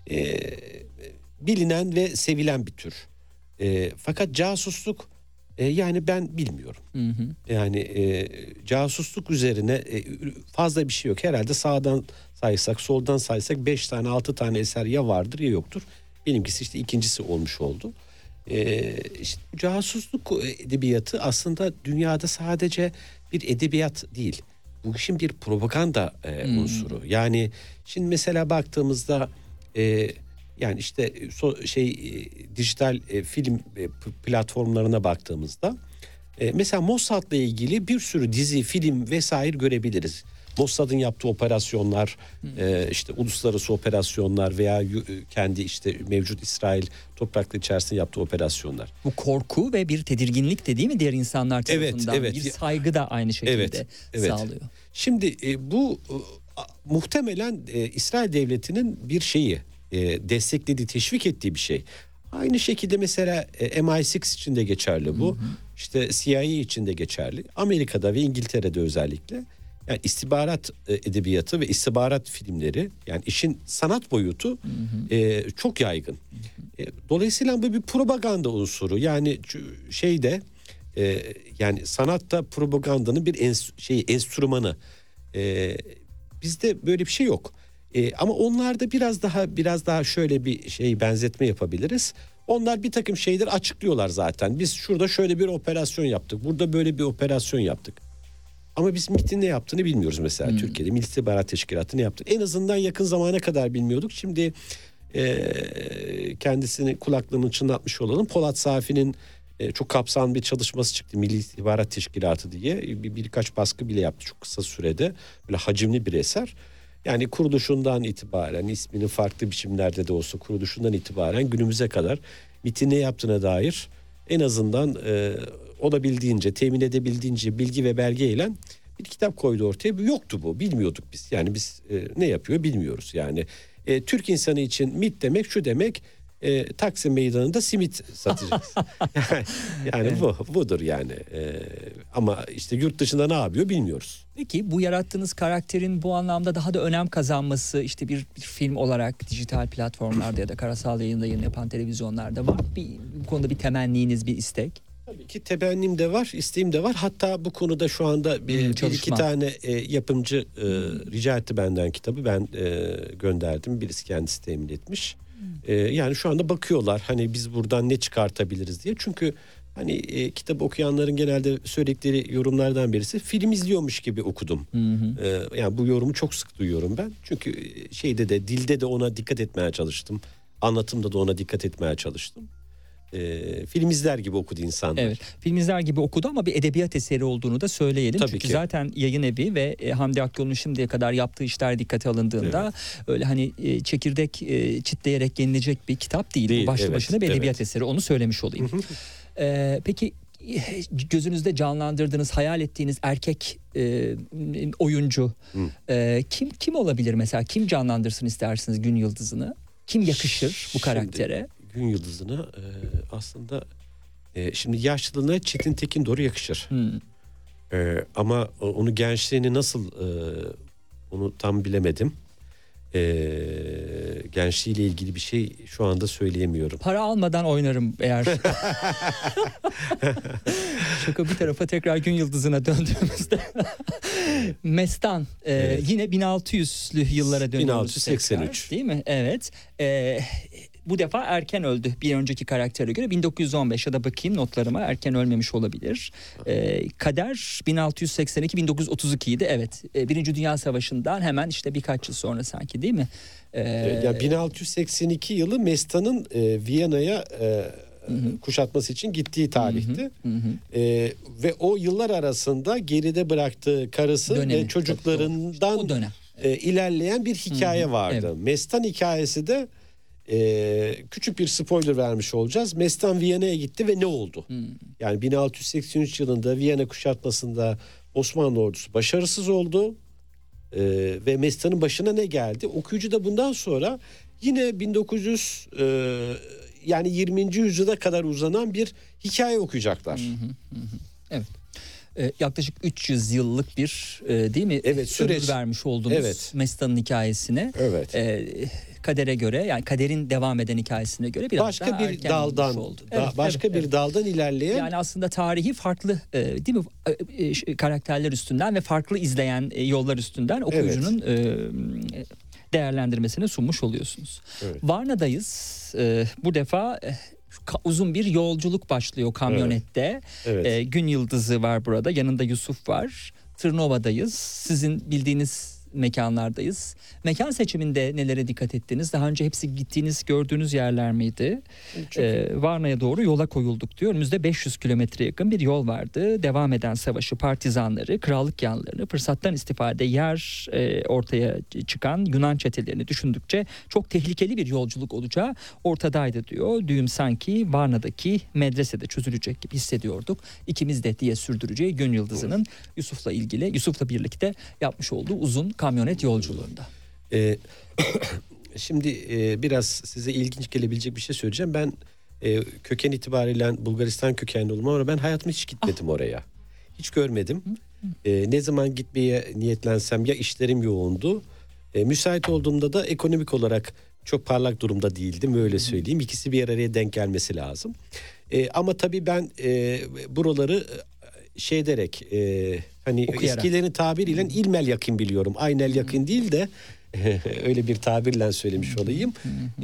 Bilinen ve sevilen bir tür. Fakat casusluk yani ben bilmiyorum. Yani casusluk üzerine fazla bir şey yok. Herhalde sağdan saysak soldan saysak 5 tane 6 tane eser ya vardır ya yoktur. Benimkisi işte ikincisi olmuş oldu. İşte casusluk edebiyatı aslında dünyada sadece bir edebiyat değil. Bu işin bir propaganda unsuru. Yani şimdi mesela baktığımızda yani işte dijital film platformlarına baktığımızda mesela Mossad'la ilgili bir sürü dizi, film vesaire görebiliriz. Mossad'ın yaptığı operasyonlar, işte uluslararası operasyonlar veya kendi işte mevcut İsrail toprakları içerisinde yaptığı operasyonlar. Bu korku ve bir tedirginlik de değil mi diğer insanlar tarafından? Evet. Bir saygı da aynı şekilde sağlıyor. Şimdi bu muhtemelen İsrail devletinin bir şeyi desteklediği, teşvik ettiği bir şey. Aynı şekilde mesela MI6 için de geçerli bu. İşte CIA için de geçerli. Amerika'da ve İngiltere'de özellikle. Yani istihbarat edebiyatı ve istihbarat filmleri yani işin sanat boyutu çok yaygın. Dolayısıyla bu bir propaganda unsuru. Yani yani sanatta propagandanın bir enstrümanı. Bizde böyle bir şey yok. Ama onlarda biraz daha şöyle bir benzetme yapabiliriz. Onlar bir takım şeyler açıklıyorlar zaten. Biz şurada şöyle bir operasyon yaptık. Burada böyle bir operasyon yaptık. Ama biz MİT'in ne yaptığını bilmiyoruz mesela Türkiye'de. Milli İstihbarat Teşkilatı ne yaptı? En azından yakın zamana kadar bilmiyorduk. Şimdi kendisini kulaklığının çınlatmış olalım. Polat Safi'nin çok kapsamlı bir çalışması çıktı. Milli İstihbarat Teşkilatı diye. Birkaç baskı bile yaptı çok kısa sürede. Böyle hacimli bir eser. Yani kuruluşundan itibaren isminin farklı biçimlerde de olsa kuruluşundan itibaren günümüze kadar MİT'in ne yaptığına dair en azından olabildiğince, temin edebildiğince bilgi ve belgeyle bir kitap koydu ortaya. Yoktu bu. Bilmiyorduk biz. Yani biz ne yapıyor bilmiyoruz. Yani Türk insanı için MİT demek şu demek Taksim Meydanı'nda simit satacağız. yani evet. Budur yani. Ama işte yurt dışında ne yapıyor bilmiyoruz. Peki bu yarattığınız karakterin bu anlamda daha da önem kazanması işte bir film olarak dijital platformlarda ya da karasal yayında yayın yapan televizyonlarda var. Bu konuda bir temenniniz, bir istek? Tabii ki temennim de var, isteğim de var. Hatta bu konuda şu anda bir iki tane yapımcı rica etti benden kitabı. Ben gönderdim. Birisi kendisi temin etmiş. Yani şu anda bakıyorlar hani biz buradan ne çıkartabiliriz diye. Çünkü hani kitap okuyanların genelde söyledikleri yorumlardan birisi film izliyormuş gibi okudum. Yani bu yorumu çok sık duyuyorum ben. Çünkü dilde de ona dikkat etmeye çalıştım. Anlatımda da ona dikkat etmeye çalıştım. Film izler gibi okudu insanlar. Evet, film izler gibi okudu ama bir edebiyat eseri olduğunu da söyleyelim. Tabii çünkü ki. Zaten yayın evi ve Hamdi Akyol'un şimdiye kadar yaptığı işler dikkate alındığında öyle hani çekirdek çitleyerek yenilecek bir kitap değil. Bu başlı başına bir edebiyat eseri, onu söylemiş olayım. Peki gözünüzde canlandırdığınız, hayal ettiğiniz erkek oyuncu kim olabilir mesela? Kim canlandırsın istersiniz Gün Yıldızı'nı? Kim yakışır bu karaktere? Gün Yıldızı'na aslında şimdi yaşlılığına Çetin Tekin doğru yakışır. Ama onu gençliğini nasıl onu tam bilemedim. Gençliğiyle ilgili bir şey şu anda söyleyemiyorum. Para almadan oynarım eğer. Şaka bir tarafa, tekrar Gün Yıldızı'na döndüğümüzde. Mestan yine 1600'lü yıllara dönüyoruz. 1683. Tekrar, değil mi? Evet. Bu defa erken öldü bir önceki karaktere göre. 1915 ya da bakayım notlarıma, erken ölmemiş olabilir. Kader 1682-1932 idi. Evet. Birinci Dünya Savaşı'ndan hemen işte birkaç yıl sonra sanki, değil mi? Yani 1682 yılı Mestan'ın Viyana'ya kuşatması için gittiği tarihti. Ve o yıllar arasında geride bıraktığı karısı ve çocuklarından o dönem. ilerleyen bir hikaye vardı. evet. Mestan hikayesi de küçük bir spoiler vermiş olacağız. Mestan Viyana'ya gitti ve ne oldu? Yani 1683 yılında Viyana kuşatmasında Osmanlı ordusu başarısız oldu. Ve Mestan'ın başına ne geldi? Okuyucu da bundan sonra yine 1900 yani 20. yüzyıla kadar uzanan bir hikaye okuyacaklar. Evet. Yaklaşık 300 yıllık bir değil mi? Evet, süreç Vermiş olduğunuz evet. Mestan'ın hikayesine. Evet. Kadere göre, yani kaderin devam eden hikayesine göre biraz başka daha bir erken daldan oldu. başka bir daldan ilerleyen, yani aslında tarihi farklı değil mi, karakterler üstünden ve farklı izleyen yollar üstünden okuyucunun değerlendirmesine sunmuş oluyorsunuz. Evet. Varna'dayız. Bu defa uzun bir yolculuk başlıyor kamyonette. Evet. Gün Yıldızı var burada. Yanında Yusuf var. Tırnova'dayız. Sizin bildiğiniz mekanlardayız. Mekan seçiminde nelere dikkat ettiniz? Daha önce hepsi gittiğiniz, gördüğünüz yerler miydi? Varna'ya doğru yola koyulduk diyor. Önümüzde 500 kilometre yakın bir yol vardı. Devam eden savaşı, partizanları, krallık yanlarını, fırsattan istifade yer ortaya çıkan Yunan çetelerini düşündükçe çok tehlikeli bir yolculuk olacağı ortadaydı diyor. Düğüm sanki Varna'daki medresede çözülecek gibi hissediyorduk. İkimiz de diye sürdüreceği Gün Yıldızı'nın Yusuf'la birlikte yapmış olduğu uzun kamyonet yolculuğunda. Şimdi biraz size ilginç gelebilecek bir şey söyleyeceğim. Ben köken itibariyle Bulgaristan kökenli olmam ama ben hayatımda hiç gitmedim oraya. Hiç görmedim. Ne zaman gitmeye niyetlensem ya işlerim yoğundu. Müsait olduğumda da ekonomik olarak çok parlak durumda değildim, öyle söyleyeyim. İkisi bir araya denk gelmesi lazım. Ama tabii ben buraları şey derek hani okuyarak, eskilerin tabiriyle ilmel yakın biliyorum. Aynel yakın değil de öyle bir tabirle söylemiş olayım.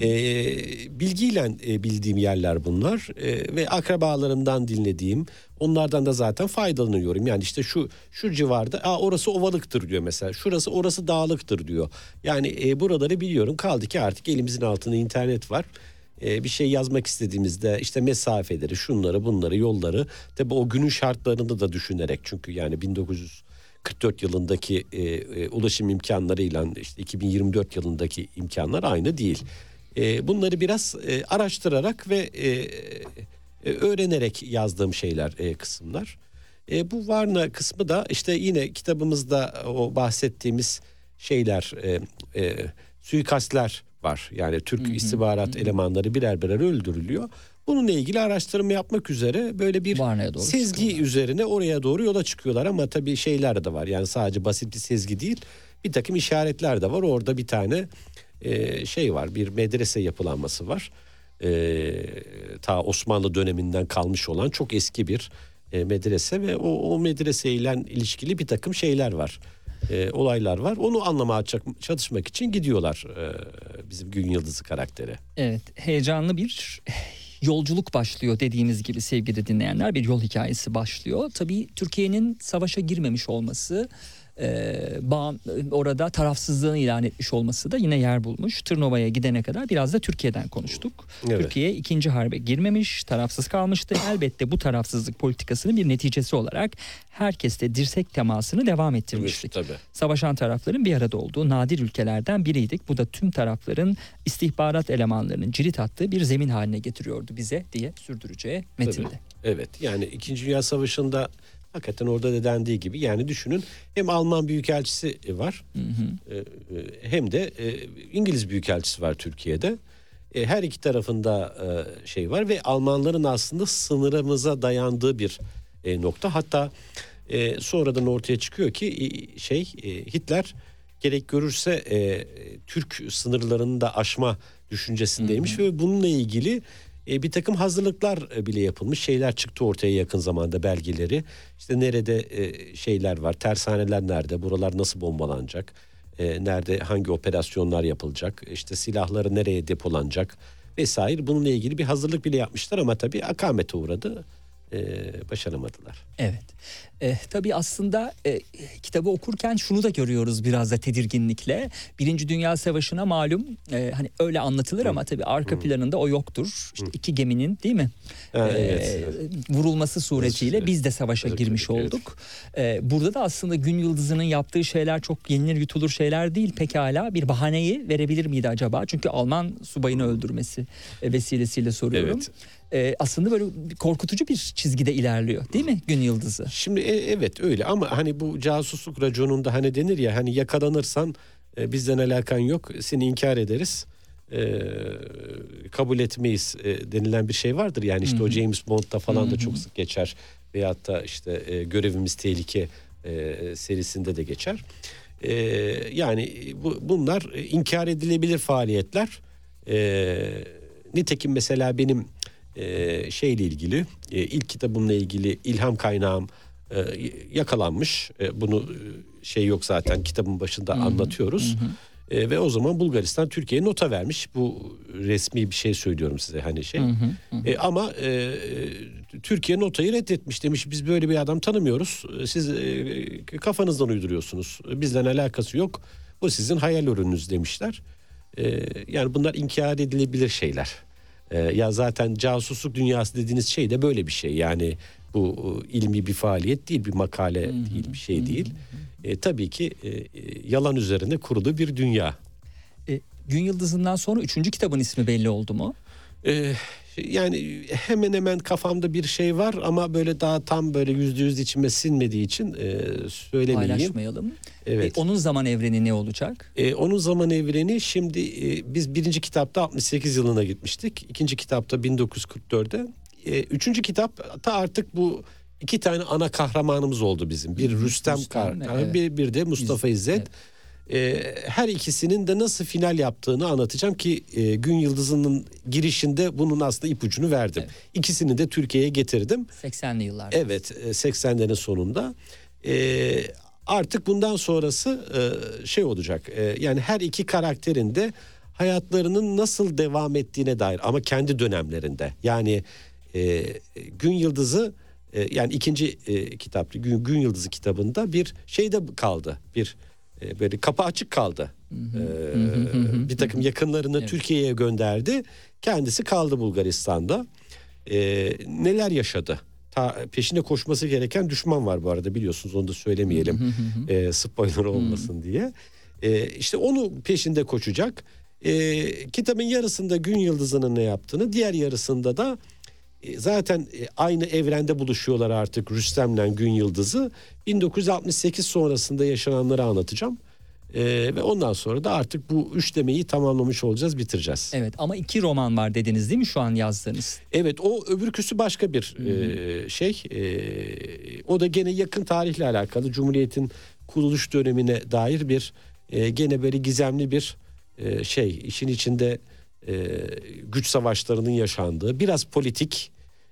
Bilgiyle bildiğim yerler bunlar ve akrabalarımdan dinlediğim, onlardan da zaten faydalanıyorum. Yani işte şu civarda orası ovalıktır diyor mesela. Orası dağlıktır diyor. Yani buraları biliyorum. Kaldı ki artık elimizin altında internet var. Bir şey yazmak istediğimizde işte mesafeleri, şunları bunları, yolları tabii o günün şartlarını da düşünerek, çünkü yani 1944 yılındaki ulaşım imkanlarıyla işte 2024 yılındaki imkanlar aynı değil. Bunları biraz araştırarak ve öğrenerek yazdığım şeyler, kısımlar. Bu Varna kısmı da işte yine kitabımızda o bahsettiğimiz şeyler, suikastler var. Yani Türk istihbarat elemanları birer birer öldürülüyor. Bununla ilgili araştırma yapmak üzere böyle bir sezgi üzerine oraya doğru yola çıkıyorlar. Ama tabii şeyler de var. Yani sadece basit bir sezgi değil. Bir takım işaretler de var. Orada bir tane şey var. Bir medrese yapılanması var. Ta Osmanlı döneminden kalmış olan çok eski bir medrese ve o medreseyle ilişkili bir takım şeyler var. Olaylar var. Onu anlamaya çalışmak için gidiyorlar bizim Gün Yıldızı karakteri. Evet, heyecanlı bir yolculuk başlıyor dediğiniz gibi sevgili dinleyenler, bir yol hikayesi başlıyor. Tabii Türkiye'nin savaşa girmemiş olması, orada tarafsızlığını ilan etmiş olması da yine yer bulmuş. Tırnova'ya gidene kadar biraz da Türkiye'den konuştuk. Evet. Türkiye 2. harbe girmemiş, tarafsız kalmıştı. Elbette bu tarafsızlık politikasının bir neticesi olarak herkeste dirsek temasını devam ettirmiştik. Evet, savaşan tarafların bir arada olduğu nadir ülkelerden biriydik. Bu da tüm tarafların istihbarat elemanlarının cirit attığı bir zemin haline getiriyordu bize diye sürdüreceği metinde. Tabii. Evet, yani 2. Dünya Savaşı'nda hakikaten orada da dendiği gibi, yani düşünün, hem Alman Büyükelçisi var, hem de İngiliz Büyükelçisi var Türkiye'de. Her iki tarafında şey var ve Almanların aslında sınırımıza dayandığı bir nokta. Hatta sonradan ortaya çıkıyor ki Hitler gerek görürse Türk sınırlarını da aşma düşüncesindeymiş ve bununla ilgili bir takım hazırlıklar bile yapılmış, şeyler çıktı ortaya yakın zamanda, belgeleri. İşte nerede şeyler var, tersaneler nerede, buralar nasıl bombalanacak, nerede hangi operasyonlar yapılacak, işte silahları nereye depolanacak vesaire. Bununla ilgili bir hazırlık bile yapmışlar ama tabii akamete uğradı. başaramadılar. Evet. Tabii aslında kitabı okurken şunu da görüyoruz biraz da tedirginlikle. Birinci Dünya Savaşı'na malum hani öyle anlatılır ama tabii arka planında o yoktur. İşte iki geminin değil mi? Evet. Vurulması suretiyle biz de savaşa girmiş olduk. Burada da aslında Gün Yıldızı'nın yaptığı şeyler çok yenilir yutulur şeyler değil. Pekala bir bahaneyi verebilir miydi acaba? Çünkü Alman subayını öldürmesi vesilesiyle soruyorum. Evet. Aslında böyle korkutucu bir çizgide ilerliyor değil mi Gün Yıldızı? Şimdi evet öyle ama hani bu casusluk raconunda hani denir ya hani yakalanırsan bizden alakan yok, seni inkar ederiz, kabul etmeyiz denilen bir şey vardır. Yani işte o James Bond'da falan da çok sık geçer veyahut da işte Görevimiz Tehlike serisinde de geçer. Yani bunlar inkar edilebilir faaliyetler. Nitekim mesela benim şeyle ilgili ilk kitabımla ilgili ilham kaynağım yakalanmış. Bunu şey yok zaten kitabın başında anlatıyoruz. Ve o zaman Bulgaristan Türkiye'ye nota vermiş. Bu resmi bir şey söylüyorum size hani şey. Ama Türkiye notayı reddetmiş, demiş biz böyle bir adam tanımıyoruz. Siz kafanızdan uyduruyorsunuz. Bizden alakası yok. Bu sizin hayal ürününüz demişler. Yani bunlar inkar edilebilir şeyler. Ya zaten casusluk dünyası dediğiniz şey de böyle bir şey. Yani bu ilmi bir faaliyet değil, bir makale değil, bir şey değil. Tabii ki yalan üzerine kurulu bir dünya. Gün Yıldızı'ndan sonra 3. kitabın ismi belli oldu mu? Yani hemen hemen kafamda bir şey var ama böyle daha tam böyle %100 içime sinmediği için söylemeyeyim. Paylaşmayalım. Evet. Onun zaman evreni ne olacak? Onun zaman evreni şimdi biz birinci kitapta 68 yılına gitmiştik. İkinci kitapta 1944'e. Üçüncü kitapta artık bu iki tane ana kahramanımız oldu bizim. Bir Rüstem kahraman, bir de Mustafa İzzet. Evet. Her ikisinin de nasıl final yaptığını anlatacağım ki Gün Yıldızı'nın girişinde bunun aslında ipucunu verdim. Evet. İkisini de Türkiye'ye getirdim. 80'li yıllarda. Evet, 80'lerin sonunda. Artık bundan sonrası şey olacak. Yani her iki karakterin de hayatlarının nasıl devam ettiğine dair ama kendi dönemlerinde. Yani Gün Yıldızı yani ikinci kitapta Gün Yıldızı kitabında bir şeyde kaldı. Bir böyle kapı açık kaldı. Bir takım yakınlarını Türkiye'ye gönderdi. Kendisi kaldı Bulgaristan'da. Neler yaşadı? Peşine koşması gereken düşman var bu arada, biliyorsunuz, onu da söylemeyelim. Spoiler olmasın diye. İşte onu peşinde koşacak. Kitabın yarısında Gün Yıldızı'nın ne yaptığını, diğer yarısında da zaten aynı evrende buluşuyorlar artık Rüstem'le Gün Yıldızı. 1968 sonrasında yaşananları anlatacağım. Ve ondan sonra da artık bu üçlemeyi tamamlamış olacağız, bitireceğiz. Evet, ama 2 roman var dediniz değil mi şu an yazdığınız? Evet, o öbürküsü başka bir şey. O da gene yakın tarihle alakalı, Cumhuriyet'in kuruluş dönemine dair bir gene böyle gizemli bir şey. İşin içinde güç savaşlarının yaşandığı, biraz politik,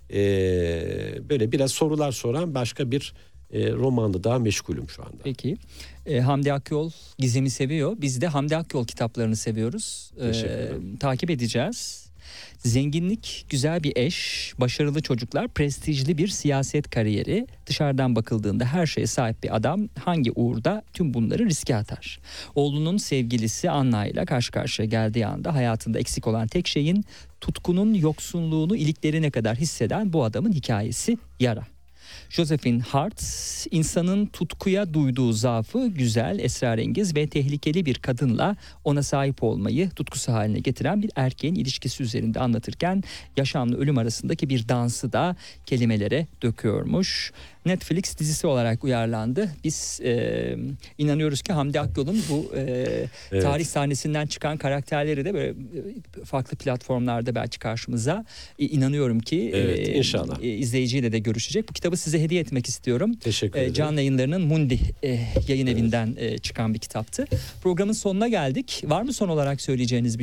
böyle biraz sorular soran başka bir romanla daha meşgulüm şu anda. Peki. Hamdi Akyol gizemi seviyor. Biz de Hamdi Akyol kitaplarını seviyoruz. Takip edeceğiz. Zenginlik, güzel bir eş, başarılı çocuklar, prestijli bir siyaset kariyeri. Dışarıdan bakıldığında her şeye sahip bir adam hangi uğurda tüm bunları riske atar? Oğlunun sevgilisi Anna ile karşı karşıya geldiği anda hayatında eksik olan tek şeyin tutkunun yoksunluğunu iliklerine kadar hisseden bu adamın hikayesi Yara. Josephine Hart, insanın tutkuya duyduğu zaafı güzel, esrarengiz ve tehlikeli bir kadınla ona sahip olmayı tutkusu haline getiren bir erkeğin ilişkisi üzerinde anlatırken yaşamla ölüm arasındaki bir dansı da kelimelere döküyormuş. Netflix dizisi olarak uyarlandı. Biz inanıyoruz ki Hamdi Akyol'un bu tarih sahnesinden çıkan karakterleri de böyle farklı platformlarda belki karşımıza, inanıyorum ki inşallah izleyiciyle de görüşecek. Bu kitabı size hediye etmek istiyorum. Teşekkür ederim. Can Yayınları'nın Mundi yayın evinden çıkan bir kitaptı. Programın sonuna geldik. Var mı son olarak söyleyeceğiniz bir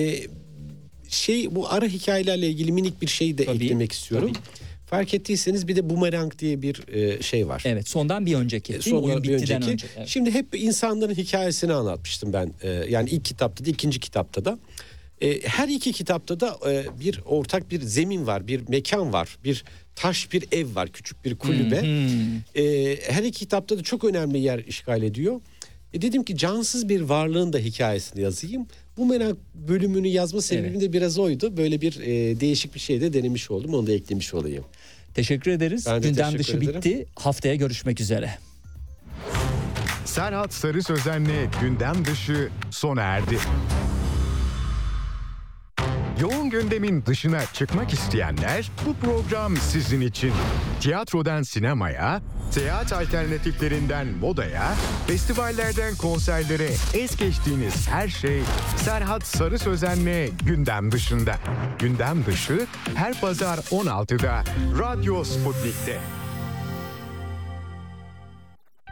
şey? Bu ara hikayelerle ilgili minik bir şey de eklemek istiyorum. Tabii. Fark ettiyseniz bir de Bumerang diye bir şey var. Evet, sondan bir önceki. Oyun bittiden önce. Evet. Şimdi hep insanların hikayesini anlatmıştım ben. Yani ilk kitapta da ikinci kitapta da. Her iki kitapta da bir ortak bir zemin var, bir mekan var, bir taş bir ev var, küçük bir kulübe. Her iki kitapta da çok önemli yer işgal ediyor. Dedim ki cansız bir varlığın da hikayesini yazayım. Bu merak bölümünü yazma sebebim de biraz oydu. Böyle bir değişik bir şey de denemiş oldum. Onu da eklemiş olayım. Teşekkür ederiz. Ben de Gündem teşekkür dışı ederim. bitti. Haftaya görüşmek üzere. Serhat Sarı Sözen'le Gündem Dışı sona erdi. Yoğun gündemin dışına çıkmak isteyenler bu program sizin için. Tiyatrodan sinemaya, seyahat alternatiflerinden modaya, festivallerden konserlere es geçtiğiniz her şey Serhat Sarı Sözen'le Gündem Dışında. Gündem Dışı her pazar 16'da Radyo Sputnik'te.